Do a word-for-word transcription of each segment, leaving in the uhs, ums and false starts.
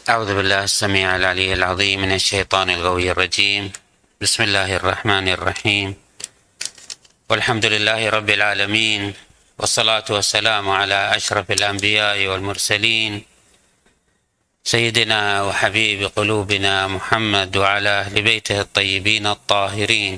أعوذ بالله السميع العلي العظيم من الشيطان الغوي الرجيم. بسم الله الرحمن الرحيم، والحمد لله رب العالمين، والصلاة والسلام على أشرف الأنبياء والمرسلين سيدنا وحبيب قلوبنا محمد وعلى أهل بيته الطيبين الطاهرين.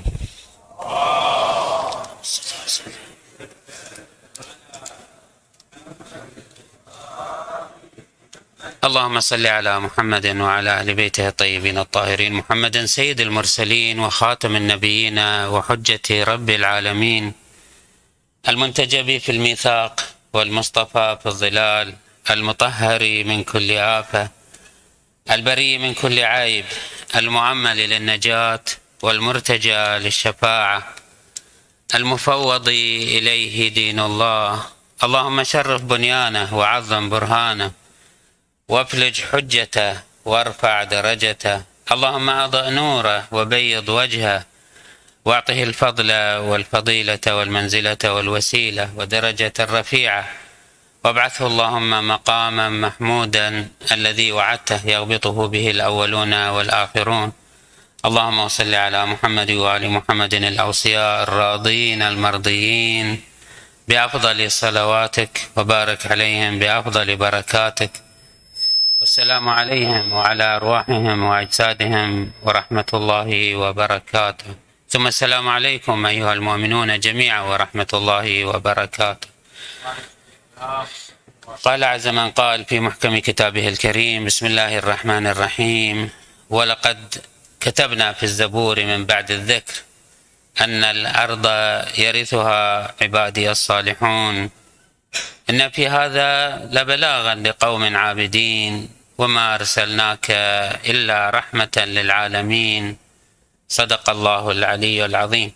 اللهم صل على محمد وعلى أهل بيته الطيبين الطاهرين. محمد سيد المرسلين وخاتم النبيين وحجة رب العالمين، المنتجب في الميثاق والمصطفى في الظلال، المطهر من كل آفة، البريء من كل عيب، المعمل للنجاة والمرتجى للشفاعة، المفوض إليه دين الله. اللهم شرف بنيانه وعظم برهانه وافلج حجته وارفع درجته. اللهم أضئ نوره وبيض وجهه واعطه الفضل والفضيلة والمنزلة والوسيلة ودرجة الرفيعة، وابعثه اللهم مقاما محمودا الذي وعدته يغبطه به الأولون والآخرون. اللهم صل على محمد وآل محمد الأوصياء الراضين المرضيين بأفضل صلواتك، وبارك عليهم بأفضل بركاتك، والسلام عليهم وعلى أرواحهم وأجسادهم ورحمة الله وبركاته. ثم السلام عليكم أيها المؤمنون جميعا ورحمة الله وبركاته. قال عز من قال في محكم كتابه الكريم: بسم الله الرحمن الرحيم. ولقد كتبنا في الزبور من بعد الذكر أن الأرض يرثها عبادي الصالحون، إن في هذا لبلاغا لقوم عابدين، وما أرسلناك إلا رحمة للعالمين. صدق الله العلي العظيم.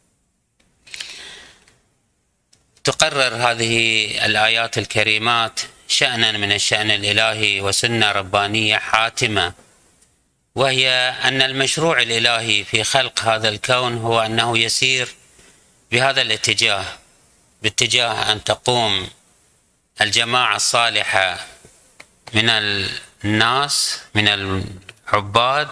تقرر هذه الآيات الكريمات شأنا من الشأن الإلهي وسنة ربانية حاتمة، وهي أن المشروع الإلهي في خلق هذا الكون هو أنه يسير بهذا الاتجاه، باتجاه أن تقوم الجماعة الصالحة من الناس من العباد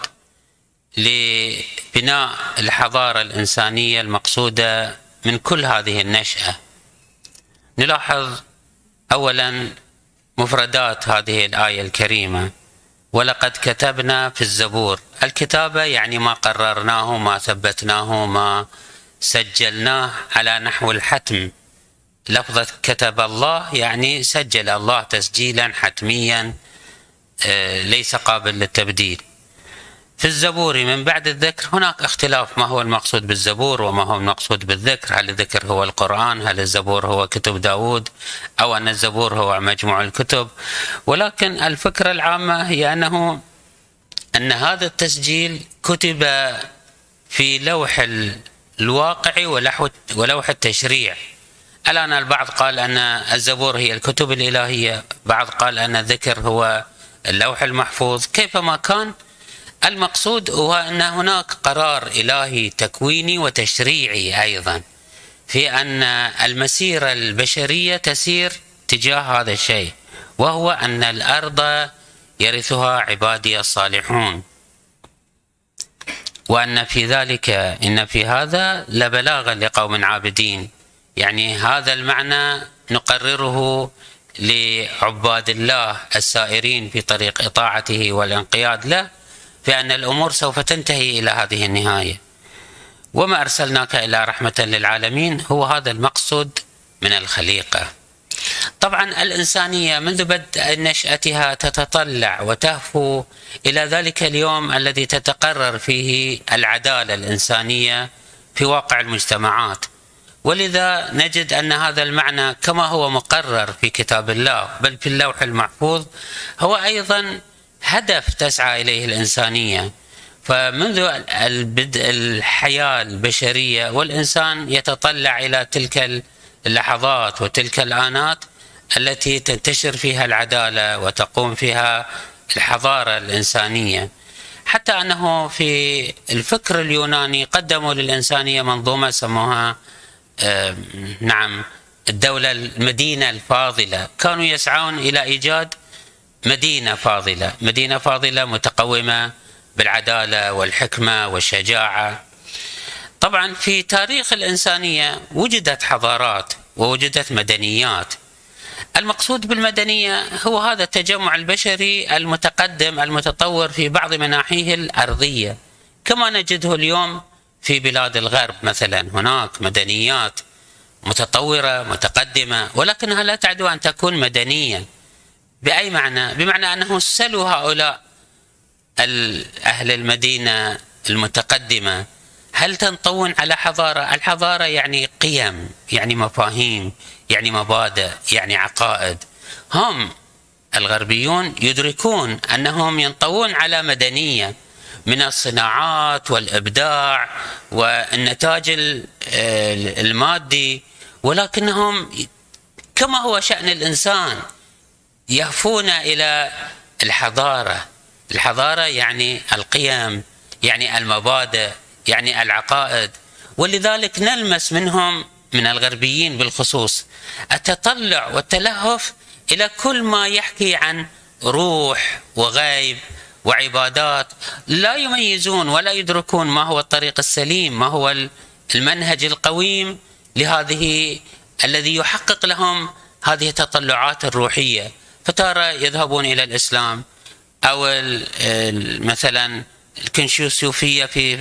لبناء الحضارة الإنسانية المقصودة من كل هذه النشأة. نلاحظ أولا مفردات هذه الآية الكريمة: ولقد كتبنا في الزبور. الكتابة يعني ما قررناه، ما ثبتناه، ما سجلناه على نحو الحتم. لفظة كتب الله يعني سجل الله تسجيلا حتميا ليس قابل للتبديل. في الزبور من بعد الذكر هناك اختلاف، ما هو المقصود بالزبور وما هو المقصود بالذكر. هل الذكر هو القرآن؟ هل الزبور هو كتب داود؟ أو أن الزبور هو مجموع الكتب؟ ولكن الفكرة العامة هي أنه أن هذا التسجيل كتب في لوح الواقع ولوح التشريع. الآن البعض قال أن الزبور هي الكتب الإلهية، بعض قال أن الذكر هو اللوح المحفوظ. كيفما كان، المقصود هو أن هناك قرار إلهي تكويني وتشريعي أيضا في أن المسيرة البشرية تسير تجاه هذا الشيء، وهو أن الأرض يرثها عبادي الصالحون، وأن في ذلك إن في هذا لبلاغا لقوم عابدين. يعني هذا المعنى نقرره لعباد الله السائرين في طريق إطاعته والانقياد له، بأن الأمور سوف تنتهي إلى هذه النهاية. وما أرسلناك إلا رحمة للعالمين، هو هذا المقصود من الخليقة. طبعا الإنسانية منذ بدء نشأتها تتطلع وتهفو إلى ذلك اليوم الذي تتقرر فيه العدالة الإنسانية في واقع المجتمعات، ولذا نجد أن هذا المعنى كما هو مقرر في كتاب الله بل في اللوح المحفوظ هو أيضا هدف تسعى إليه الإنسانية. فمنذ البدء الحياة البشرية والإنسان يتطلع إلى تلك اللحظات وتلك الآنات التي تنتشر فيها العدالة وتقوم فيها الحضارة الإنسانية، حتى أنه في الفكر اليوناني قدموا للإنسانية منظومة سموها آه نعم الدولة المدينة الفاضلة. كانوا يسعون إلى إيجاد مدينة فاضلة، مدينة فاضلة متقومة بالعدالة والحكمة والشجاعة. طبعا في تاريخ الإنسانية وجدت حضارات ووجدت مدنيات. المقصود بالمدنية هو هذا التجمع البشري المتقدم المتطور في بعض مناحيه الأرضية، كما نجده اليوم في بلاد الغرب مثلا. هناك مدنيات متطورة متقدمة، ولكنها لا تعدو أن تكون مدنية. بأي معنى؟ بمعنى أنه سلوا هؤلاء أهل المدينة المتقدمة هل تنطون على حضارة؟ الحضارة يعني قيم، يعني مفاهيم، يعني مبادئ، يعني عقائد. هم الغربيون يدركون أنهم ينطوون على مدنية من الصناعات والإبداع والنتاج المادي، ولكنهم كما هو شأن الإنسان يهفون إلى الحضارة. الحضارة يعني القيم، يعني المبادئ، يعني العقائد. ولذلك نلمس منهم من الغربيين بالخصوص التطلع والتلهف إلى كل ما يحكي عن روح وغيب وعبادات. لا يميزون ولا يدركون ما هو الطريق السليم، ما هو المنهج القويم لهذه الذي يحقق لهم هذه التطلعات الروحية. فترى يذهبون إلى الإسلام أو مثلا الكونفوشيوسية في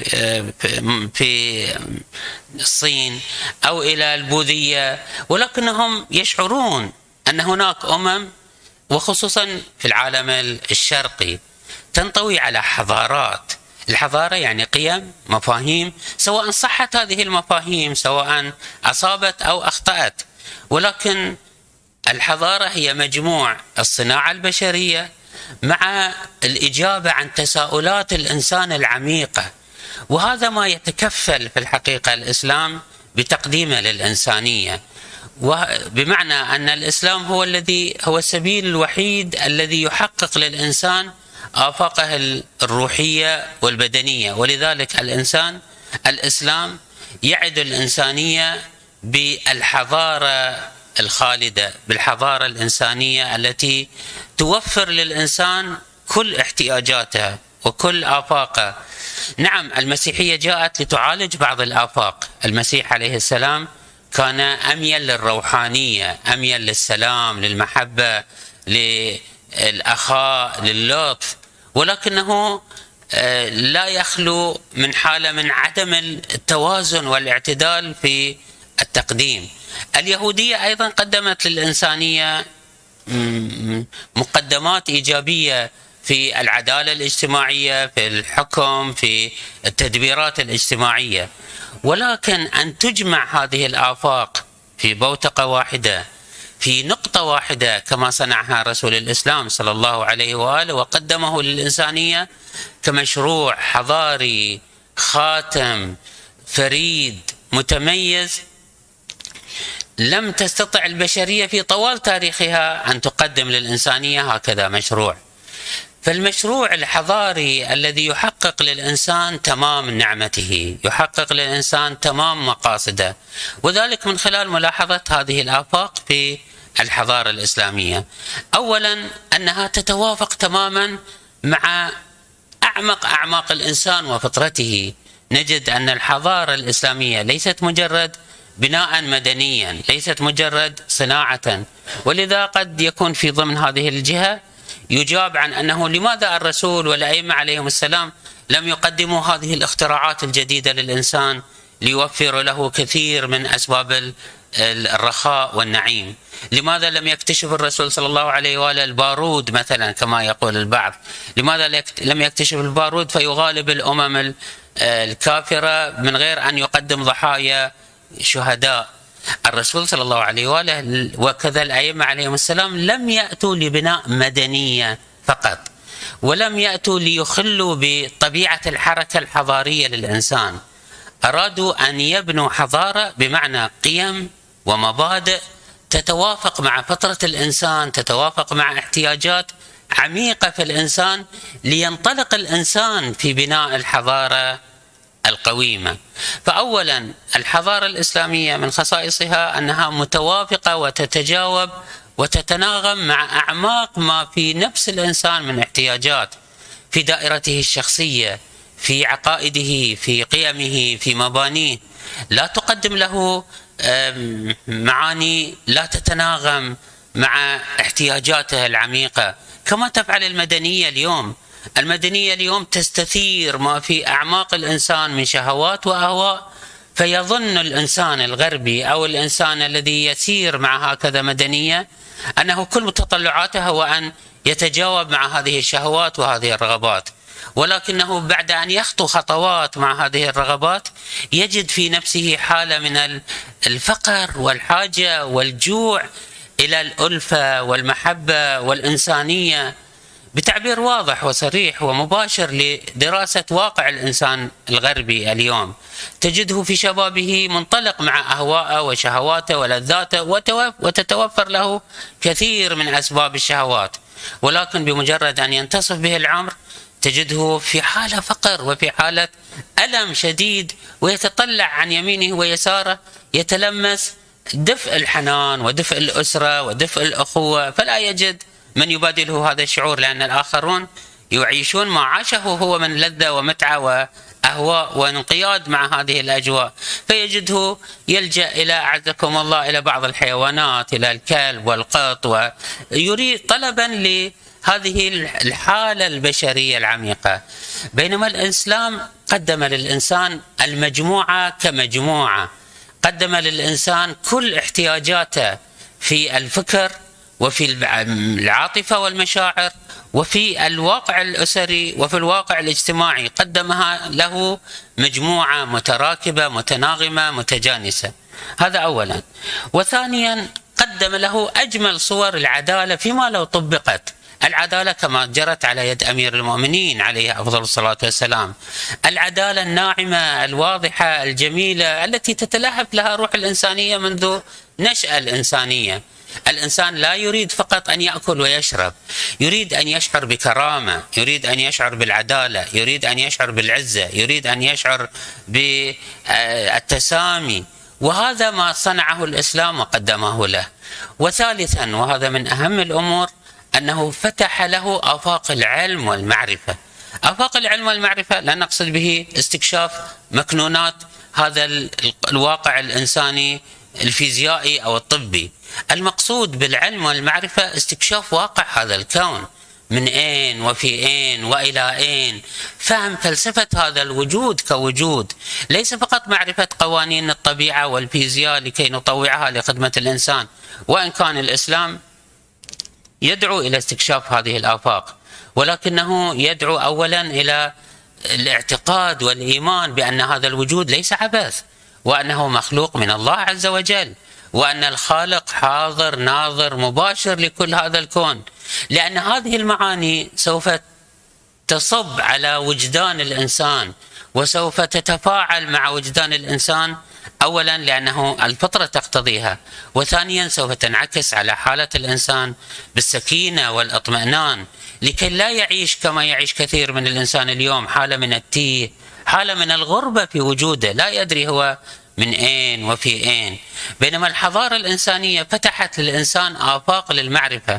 في الصين أو إلى البوذية، ولكنهم يشعرون أن هناك أمم وخصوصا في العالم الشرقي تنطوي على حضارات. الحضارة يعني قيم، مفاهيم، سواء صحت هذه المفاهيم سواء أصابت أو أخطأت، ولكن الحضارة هي مجموع الصناعة البشرية مع الإجابة عن تساؤلات الإنسان العميقة. وهذا ما يتكفل في الحقيقة الإسلام بتقديمه للإنسانية، بمعنى أن الإسلام هو الذي هو السبيل الوحيد الذي يحقق للإنسان آفاقه الروحية والبدنية. ولذلك الإنسان الإسلام يعد الإنسانية بالحضارة الخالدة، بالحضارة الإنسانية التي توفر للإنسان كل احتياجاته وكل آفاقه. نعم، المسيحية جاءت لتعالج بعض الآفاق. المسيح عليه السلام كان أميل للروحانية، أميل للسلام، للمحبة، للأخاء، للطف، ولكنه لا يخلو من حالة من عدم التوازن والاعتدال في التقديم. اليهودية أيضا قدمت للإنسانية مقدمات إيجابية في العدالة الاجتماعية، في الحكم، في التدبيرات الاجتماعية. ولكن أن تجمع هذه الآفاق في بوتقة واحدة، في نقطة واحدة، كما صنعها رسول الإسلام صلى الله عليه وآله وقدمه للإنسانية كمشروع حضاري خاتم فريد متميز، لم تستطع البشرية في طوال تاريخها أن تقدم للإنسانية هكذا مشروع. فالمشروع الحضاري الذي يحقق للإنسان تمام نعمته، يحقق للإنسان تمام مقاصده، وذلك من خلال ملاحظة هذه الآفاق في الحضارة الإسلامية. أولا أنها تتوافق تماما مع أعمق أعماق الإنسان وفطرته. نجد أن الحضارة الإسلامية ليست مجرد بناء مدنيا، ليست مجرد صناعة. ولذا قد يكون في ضمن هذه الجهة يجاب عن أنه لماذا الرسول والأئمة عليهم السلام لم يقدموا هذه الاختراعات الجديدة للإنسان ليوفر له كثير من أسباب الرخاء والنعيم؟ لماذا لم يكتشف الرسول صلى الله عليه وآله البارود مثلا كما يقول البعض؟ لماذا لم يكتشف البارود فيغالب الأمم الكافرة من غير أن يقدم ضحايا شهداء؟ الرسول صلى الله عليه وآله وكذا الأئمة عليهم السلام لم يأتوا لبناء مدنية فقط، ولم يأتوا ليخلوا بطبيعة الحركة الحضارية للإنسان. أرادوا أن يبنوا حضارة بمعنى قيم ومبادئ تتوافق مع فطرة الإنسان، تتوافق مع احتياجات عميقة في الإنسان، لينطلق الإنسان في بناء الحضارة القويمة. فأولا الحضارة الإسلامية من خصائصها أنها متوافقة وتتجاوب وتتناغم مع أعماق ما في نفس الإنسان من احتياجات في دائرته الشخصية، في عقائده، في قيمه، في مبانيه. لا تقدم له معاني لا تتناغم مع احتياجاته العميقة، كما تفعل المدنية اليوم. المدنية اليوم تستثير ما في أعماق الإنسان من شهوات وأهواء، فيظن الإنسان الغربي أو الإنسان الذي يسير مع هكذا مدنية أنه كل متطلعاته هو أن يتجاوب مع هذه الشهوات وهذه الرغبات، ولكنه بعد أن يخطو خطوات مع هذه الرغبات يجد في نفسه حالة من الفقر والحاجة والجوع إلى الألفة والمحبة والإنسانية، بتعبير واضح وصريح ومباشر لدراسة واقع الإنسان الغربي اليوم. تجده في شبابه منطلق مع أهواءه وشهواته ولذاته، وتتوفر له كثير من أسباب الشهوات، ولكن بمجرد أن ينتصف به العمر تجده في حالة فقر وفي حالة ألم شديد، ويتطلع عن يمينه ويساره يتلمس دفء الحنان ودفء الأسرة ودفء الأخوة، فلا يجد من يبادله هذا الشعور، لأن الآخرون يعيشون ما عاشه هو من لذة ومتعة وأهواء وانقياد مع هذه الأجواء، فيجده يلجأ إلى أعزكم الله إلى بعض الحيوانات، إلى الكلب والقط، ويريد طلبا لهذه الحالة البشرية العميقة. بينما الإسلام قدم للإنسان المجموعة كمجموعة، قدم للإنسان كل احتياجاته في الفكر وفي العاطفة والمشاعر وفي الواقع الأسري وفي الواقع الاجتماعي، قدمها له مجموعة متراكبة متناغمة متجانسة. هذا أولا. وثانيا قدم له أجمل صور العدالة فيما لو طبقت العدالة كما جرت على يد أمير المؤمنين عليه أفضل الصلاة والسلام، العدالة الناعمة الواضحة الجميلة التي تتلهف لها روح الإنسانية منذ نشأة الإنسانية. الإنسان لا يريد فقط أن يأكل ويشرب، يريد أن يشعر بكرامة، يريد أن يشعر بالعدالة، يريد أن يشعر بالعزة، يريد أن يشعر بالتسامي، وهذا ما صنعه الإسلام وقدمه له. وثالثا وهذا من أهم الأمور أنه فتح له آفاق العلم والمعرفة. آفاق العلم والمعرفة لا نقصد به استكشاف مكنونات هذا الواقع الإنساني الفيزيائي أو الطبي، المقصود بالعلم والمعرفة استكشاف واقع هذا الكون من أين وفي أين وإلى أين، فهم فلسفة هذا الوجود كوجود، ليس فقط معرفة قوانين الطبيعة والفيزياء لكي نطوعها لخدمة الإنسان، وإن كان الإسلام يدعو إلى استكشاف هذه الآفاق، ولكنه يدعو أولا إلى الاعتقاد والإيمان بأن هذا الوجود ليس عبث، وأنه مخلوق من الله عز وجل، وأن الخالق حاضر ناظر مباشر لكل هذا الكون، لأن هذه المعاني سوف تصب على وجدان الإنسان وسوف تتفاعل مع وجدان الإنسان، أولا لأنه الفطرة تقتضيها، وثانيا سوف تنعكس على حالة الإنسان بالسكينة والاطمئنان، لكي لا يعيش كما يعيش كثير من الإنسان اليوم حالة من التيه، حالة من الغربة في وجوده، لا يدري هو من أين وفي أين. بينما الحضارة الإنسانية فتحت للإنسان آفاق للمعرفة.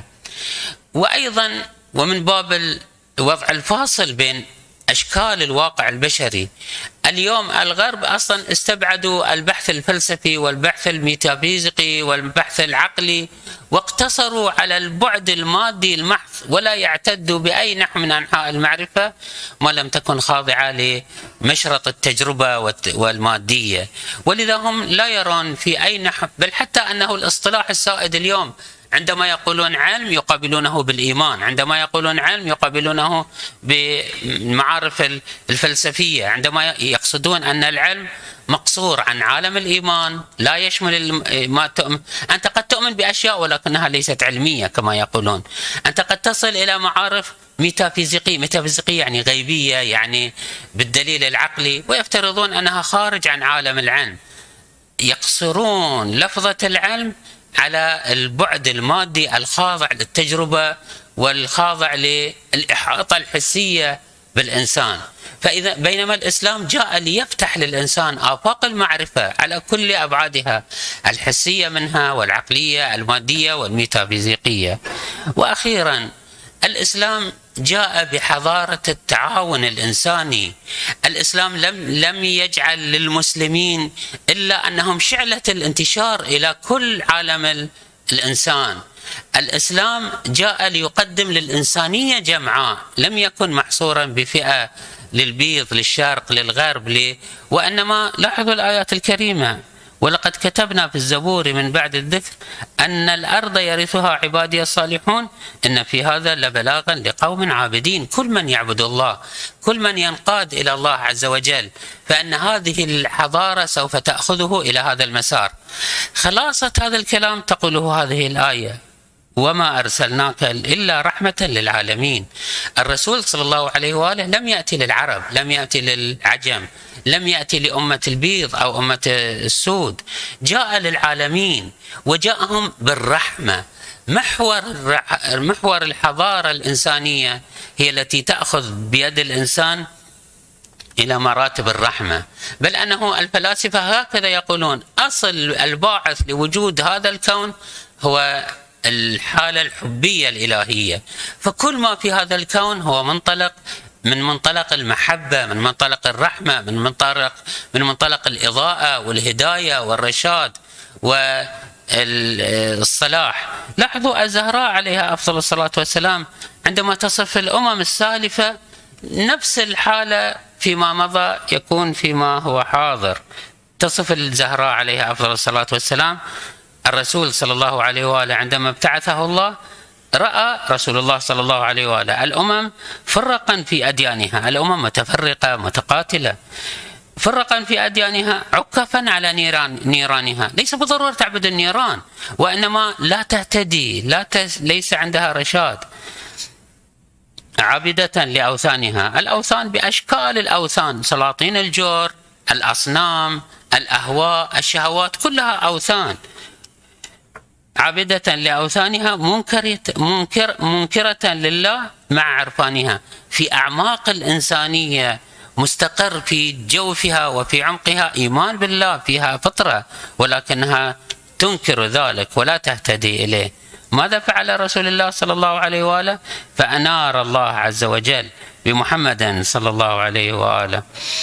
وأيضا ومن باب الوضع الفاصل بين أشكال الواقع البشري، اليوم الغرب أصلا استبعدوا البحث الفلسفي والبحث الميتافيزيقي والبحث العقلي، واقتصروا على البعد المادي المحض، ولا يعتدوا بأي نحو من أنحاء المعرفة ما لم تكن خاضعة لمشرط التجربة والمادية، ولذا هم لا يرون في أي نحو، بل حتى أنه الاصطلاح السائد اليوم عندما يقولون علم يقابلونه بالإيمان، عندما يقولون علم يقابلونه بالمعارف الفلسفية، عندما يقصدون أن العلم مقصور عن عالم الإيمان لا يشمل ما تؤمن. أنت قد تؤمن بأشياء ولكنها ليست علمية كما يقولون، أنت قد تصل إلى معارف ميتافيزيقية، ميتافيزيقية يعني غيبية، يعني بالدليل العقلي، ويفترضون أنها خارج عن عالم العلم. يقصرون لفظة العلم على البعد المادي الخاضع للتجربة والخاضع للإحاطة الحسية بالإنسان. فإذا بينما الإسلام جاء ليفتح للإنسان آفاق المعرفة على كل أبعادها، الحسية منها والعقلية المادية والميتافيزيقية. وأخيرا الإسلام جاء بحضارة التعاون الإنساني. الإسلام لم لم يجعل للمسلمين إلا أنهم شعلة الانتشار إلى كل عالم الإنسان. الإسلام جاء ليقدم للإنسانية جمعاء، لم يكن محصورا بفئة للبيض للشرق للغرب لي، وإنما لاحظوا الآيات الكريمة: ولقد كتبنا في الزبور من بعد الذكر أن الأرض يرثها عبادي الصالحون إن في هذا لبلاغا لقوم عابدين. كل من يعبد الله، كل من ينقاد إلى الله عز وجل، فإن هذه الحضارة سوف تأخذه إلى هذا المسار. خلاصة هذا الكلام تقوله هذه الآية: وما أرسلناك إلا رحمة للعالمين. الرسول صلى الله عليه وآله لم يأتي للعرب، لم يأتي للعجم، لم يأتي لأمة البيض أو أمة السود، جاء للعالمين وجاءهم بالرحمة. محور محور الحضارة الإنسانية هي التي تأخذ بيد الإنسان إلى مراتب الرحمة. بل أنه الفلاسفة هكذا يقولون: أصل الباعث لوجود هذا الكون هو الحالة الحبية الإلهية. فكل ما في هذا الكون هو منطلق من منطلق المحبة، من منطلق الرحمة، من منطلق من منطلق الإضاءة والهداية والرشاد والصلاح. لاحظوا الزهراء عليها أفضل الصلاة والسلام عندما تصف الأمم السالفة نفس الحالة فيما مضى يكون فيما هو حاضر. تصف الزهراء عليها أفضل الصلاة والسلام الرسول صلى الله عليه وآله عندما ابتعثه الله، رأى رسول الله صلى الله عليه وآله الأمم فرقا في أديانها، الأمم متفرقة متقاتلة، فرقا في أديانها، عكفا على نيران نيرانها. ليس بالضرورة تعبد النيران، وإنما لا تهتدي، لا تس ليس عندها رشاد. عابدة لأوثانها، الأوثان بأشكال الأوثان، سلاطين الجور، الأصنام، الأهواء، الشهوات، كلها أوثان. عابدة لأوثانها، منكرة منكر منكرة لله مع عرفانها. في أعماق الإنسانية مستقر في جوفها وفي عمقها إيمان بالله، فيها فطرة، ولكنها تنكر ذلك ولا تهتدي إليه. ماذا فعل رسول الله صلى الله عليه وآله؟ فأنار الله عز وجل بمحمد صلى الله عليه وآله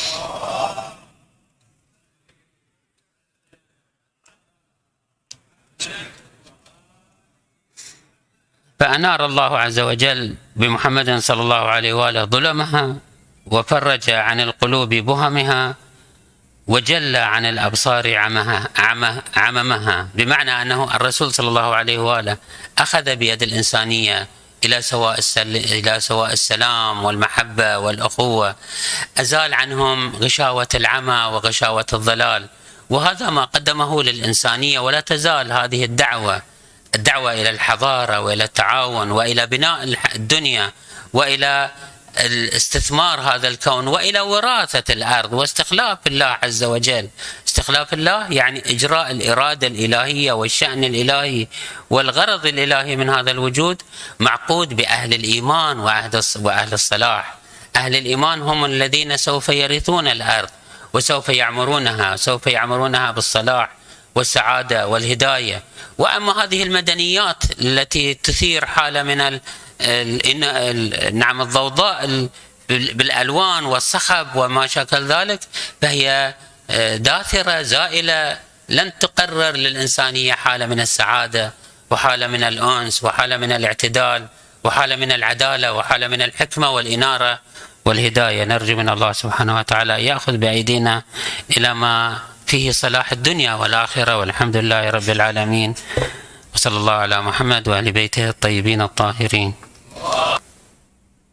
فأنار الله عز وجل بمحمد صلى الله عليه وآله ظلمها، وفرج عن القلوب بهمها، وجل عن الأبصار عمها عممها. بمعنى أنه الرسول صلى الله عليه وآله أخذ بيد الإنسانية إلى سواء إلى سواء السلام والمحبة والأخوة، أزال عنهم غشاوة العمى وغشاوة الضلال. وهذا ما قدمه للإنسانية، ولا تزال هذه الدعوة الدعوة إلى الحضارة وإلى التعاون وإلى بناء الدنيا وإلى الاستثمار هذا الكون وإلى وراثة الأرض واستخلاف الله عز وجل. استخلاف الله يعني إجراء الإرادة الإلهية والشأن الإلهي والغرض الإلهي من هذا الوجود، معقود بأهل الإيمان وأهل الصلاح. أهل الإيمان هم الذين سوف يرثون الأرض وسوف يعمرونها، سوف يعمرونها بالصلاح والسعادة والهداية. وأما هذه المدنيات التي تثير حالة من ال ال نعم الضوضاء بالألوان والصخب وما شاكل ذلك، فهي داثرة زائلة، لن تقرر للإنسانية حالة من السعادة وحالة من الأنس وحالة من الاعتدال وحالة من العدالة وحالة من الحكمة والإنارة والهداية. نرجو من الله سبحانه وتعالى يأخذ بأيدينا إلى ما فيه صلاح الدنيا والآخرة، والحمد لله رب العالمين، وصلى الله على محمد وآل بيته الطيبين الطاهرين.